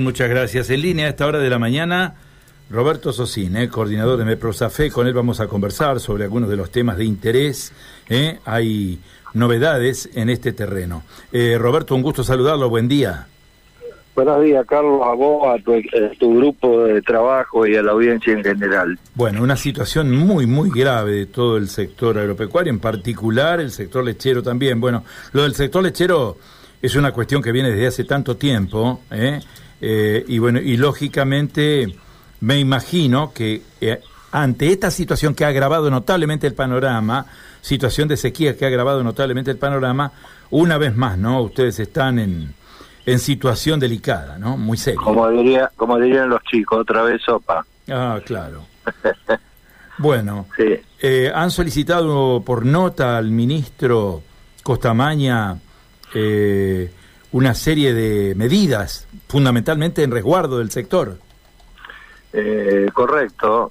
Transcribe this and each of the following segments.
muchas gracias. En línea a esta hora de la mañana, Roberto Sosín, coordinador de MEPROSAFE. Con él vamos a conversar sobre algunos de los temas de interés. Hay novedades en este terreno. Roberto, un gusto saludarlo, buen día. Buenos días, Carlos, a vos, a tu grupo de trabajo y a la audiencia en general. Bueno, una situación muy, muy grave de todo el sector agropecuario, en particular el sector lechero también. Bueno, lo del sector lechero es una cuestión que viene desde hace tanto tiempo, y bueno, y lógicamente me imagino que ante esta situación que ha agravado notablemente el panorama, situación de sequía que ha agravado notablemente el panorama, una vez más, ¿no? Ustedes están en situación delicada, ¿no? Muy seria. Como dirían los chicos, otra vez sopa. Ah, claro. Bueno, sí. Han solicitado por nota al ministro Costamaña una serie de medidas, fundamentalmente en resguardo del sector. Correcto.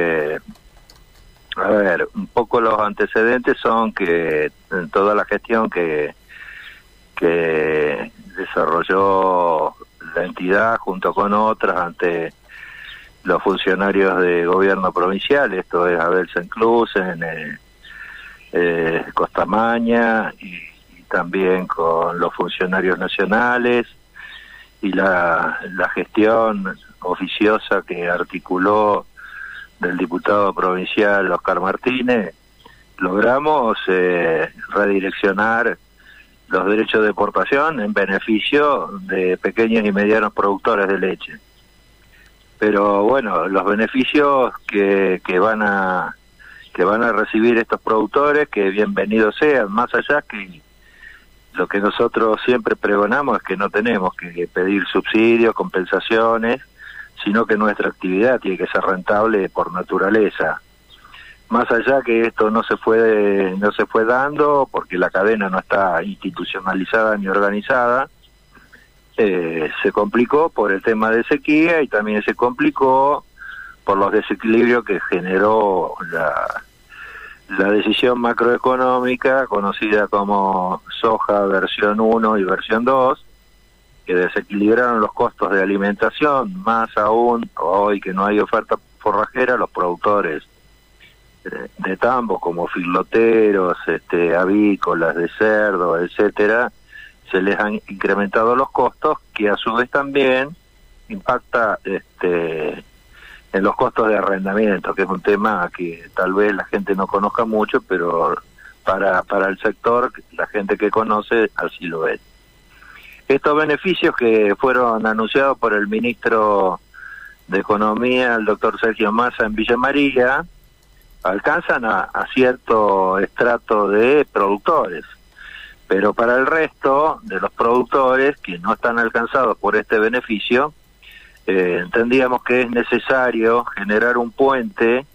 A ver, un poco los antecedentes son que en toda la gestión que desarrolló la entidad junto con otras ante los funcionarios de gobierno provincial, esto es Abel Senclusen, Costamaña y también con los funcionarios nacionales y la gestión oficiosa que articuló del diputado provincial Oscar Martínez, logramos redireccionar los derechos de exportación en beneficio de pequeños y medianos productores de leche. Pero bueno, los beneficios que van a recibir estos productores, que bienvenidos sean, más allá que lo que nosotros siempre pregonamos es que no tenemos que pedir subsidios, compensaciones, sino que nuestra actividad tiene que ser rentable por naturaleza. Más allá que esto no se fue dando porque la cadena no está institucionalizada ni organizada, se complicó por el tema de sequía y también se complicó por los desequilibrios que generó la decisión macroeconómica conocida como soja versión 1 y versión 2, que desequilibraron los costos de alimentación, más aún hoy que no hay oferta forrajera, los productores de tambos como filoteros, avícolas, de cerdo, etcétera, se les han incrementado los costos, que a su vez también impacta en los costos de arrendamiento, que es un tema que tal vez la gente no conozca mucho, pero para el sector, la gente que conoce así lo ve. Estos beneficios que fueron anunciados por el ministro de Economía, el doctor Sergio Massa, en Villa María, alcanzan a cierto estrato de productores, pero para el resto de los productores que no están alcanzados por este beneficio, entendíamos que es necesario generar un puente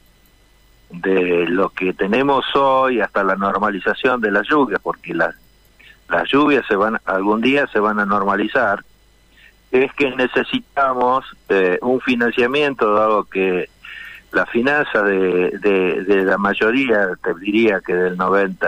de lo que tenemos hoy hasta la normalización de las lluvias, porque las lluvias algún día se van a normalizar. Es que necesitamos un financiamiento, dado que la finanza de la mayoría, te diría que del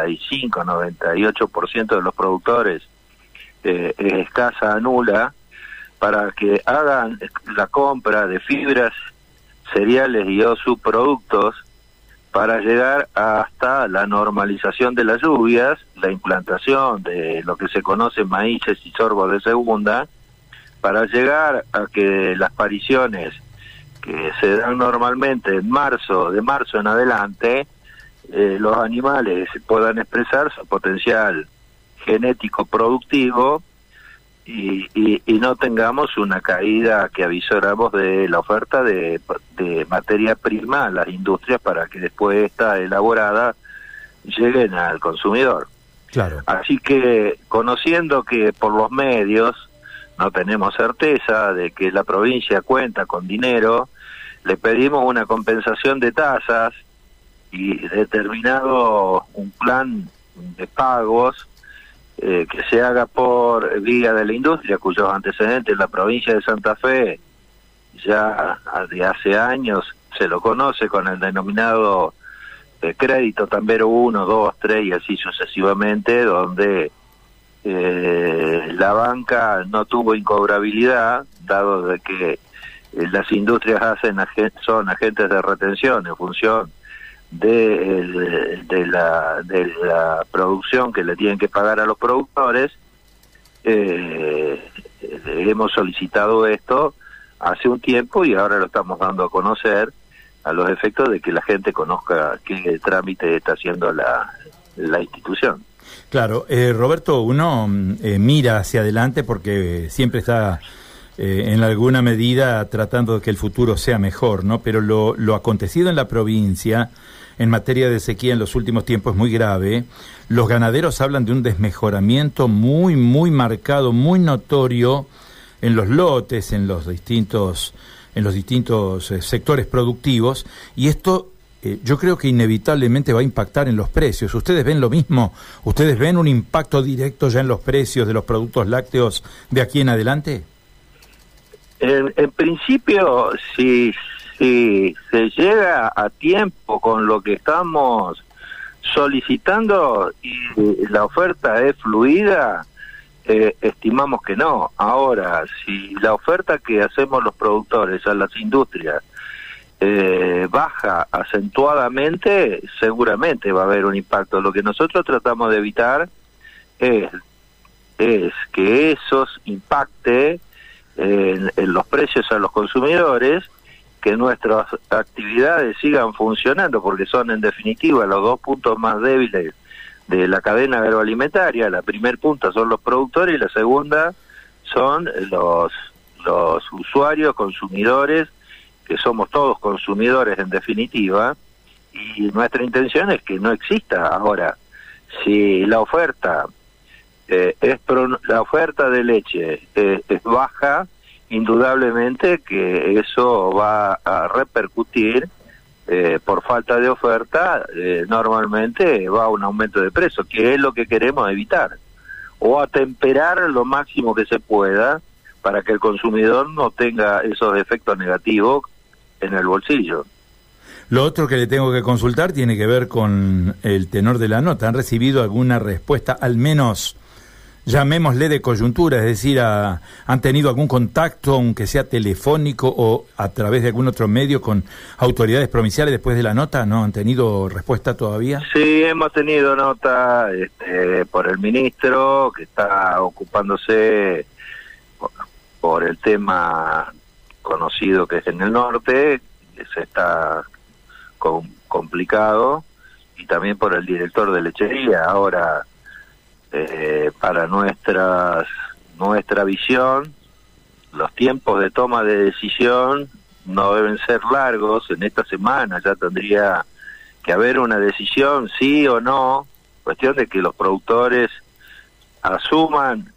95-98% de los productores es escasa, nula, para que hagan la compra de fibras, cereales y o subproductos para llegar hasta la normalización de las lluvias, la implantación de lo que se conoce maíces y sorbos de segunda, para llegar a que las pariciones que se dan normalmente de marzo en adelante, los animales puedan expresar su potencial genético productivo y no tengamos una caída que avisoramos de la oferta de materia prima a las industrias para que después esta elaborada lleguen al consumidor. Claro. Así que, conociendo que por los medios no tenemos certeza de que la provincia cuenta con dinero, le pedimos una compensación de tasas y determinado un plan de pagos que se haga por vía de la industria, cuyos antecedentes en la provincia de Santa Fe ya de hace años se lo conoce con el denominado crédito Tambero 1, 2, 3 y así sucesivamente, donde la banca no tuvo incobrabilidad, dado de que las industrias son agentes de retención en función de la producción que le tienen que pagar a los productores. Hemos solicitado esto hace un tiempo y ahora lo estamos dando a conocer, a los efectos de que la gente conozca qué trámite está haciendo la institución. Claro, Roberto, uno mira hacia adelante porque siempre está en alguna medida tratando de que el futuro sea mejor, ¿no? Pero lo acontecido en la provincia en materia de sequía en los últimos tiempos es muy grave. Los ganaderos hablan de un desmejoramiento muy, muy marcado, muy notorio en los lotes, en los distintos sectores productivos, y esto yo creo que inevitablemente va a impactar en los precios. ¿Ustedes ven lo mismo? ¿Ustedes ven un impacto directo ya en los precios de los productos lácteos de aquí en adelante? En principio, si se llega a tiempo con lo que estamos solicitando y la oferta es fluida, estimamos que no. Ahora, si la oferta que hacemos los productores a las industrias baja acentuadamente, seguramente va a haber un impacto. Lo que nosotros tratamos de evitar es que eso impacte en los precios a los consumidores, que nuestras actividades sigan funcionando, porque son en definitiva los dos puntos más débiles de la cadena agroalimentaria. La primer punta son los productores y la segunda son los usuarios, consumidores, que somos todos consumidores en definitiva, y nuestra intención es que no exista. Ahora, si la oferta la oferta de leche es baja, indudablemente que eso va a repercutir por falta de oferta, normalmente va a un aumento de precio, que es lo que queremos evitar, o atemperar lo máximo que se pueda para que el consumidor no tenga esos efectos negativos en el bolsillo. Lo otro que le tengo que consultar tiene que ver con el tenor de la nota. ¿Han recibido alguna respuesta, al menos llamémosle de coyuntura, es decir, han tenido algún contacto, aunque sea telefónico o a través de algún otro medio, con autoridades provinciales después de la nota? ¿No han tenido respuesta todavía? Sí, hemos tenido nota por el ministro, que está ocupándose por el tema conocido que es en el norte, que se está complicado, y también por el director de lechería. Ahora, para nuestra visión, los tiempos de toma de decisión no deben ser largos. En esta semana ya tendría que haber una decisión, sí o no, cuestión de que los productores asuman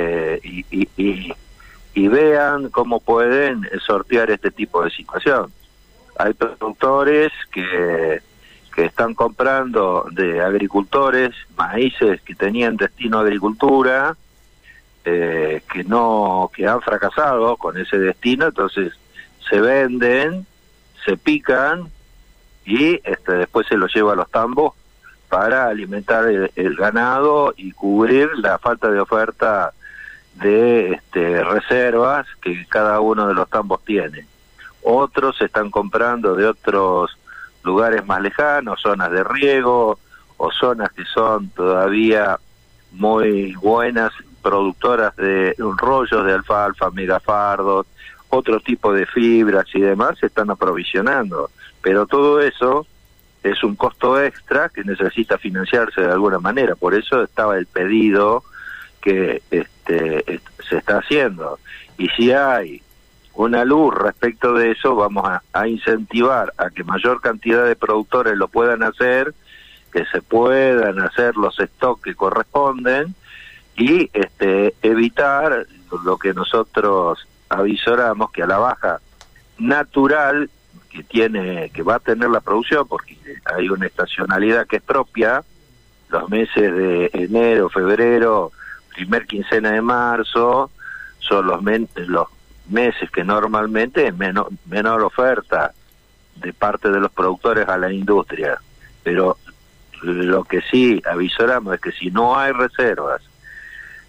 y vean cómo pueden sortear este tipo de situación. Hay productores que están comprando de agricultores maíces que tenían destino a agricultura, que han fracasado con ese destino, entonces se venden, se pican y después se los lleva a los tambos para alimentar el ganado y cubrir la falta de oferta de reservas que cada uno de los tambos tiene. Otros se están comprando de otros lugares más lejanos, zonas de riego o zonas que son todavía muy buenas productoras de rollos de alfalfa, megafardos, otro tipo de fibras y demás, se están aprovisionando. Pero todo eso es un costo extra que necesita financiarse de alguna manera. Por eso estaba el pedido que se está haciendo. Y si hay una luz respecto de eso, vamos a incentivar a que mayor cantidad de productores lo puedan hacer, que se puedan hacer los stocks que corresponden y evitar lo que nosotros avisoramos, que a la baja natural que va a tener la producción, porque hay una estacionalidad que es propia, los meses de enero, febrero, primer quincena de marzo, son los meses que normalmente es menor oferta de parte de los productores a la industria. Pero lo que sí avisoramos es que si no hay reservas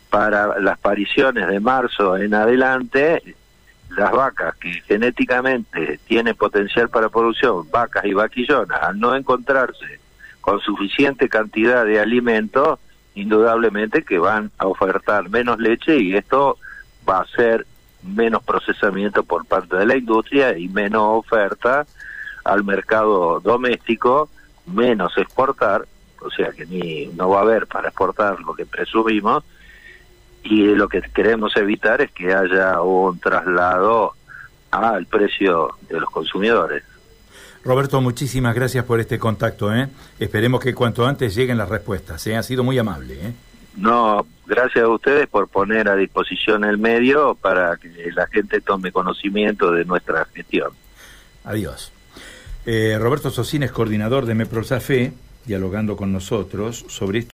para las pariciones de marzo en adelante, las vacas que genéticamente tienen potencial para producción, vacas y vaquillonas, al no encontrarse con suficiente cantidad de alimento, indudablemente que van a ofertar menos leche, y esto va a ser menos procesamiento por parte de la industria y menos oferta al mercado doméstico, menos exportar, o sea que no va a haber para exportar lo que presumimos, y lo que queremos evitar es que haya un traslado al precio de los consumidores. Roberto, muchísimas gracias por este contacto, ¿eh? Esperemos que cuanto antes lleguen las respuestas, ¿eh? Ha sido muy amable, ¿eh? No, gracias a ustedes por poner a disposición el medio para que la gente tome conocimiento de nuestra gestión. Adiós. Roberto Socin es coordinador de MEPROSAFE, dialogando con nosotros sobre esto.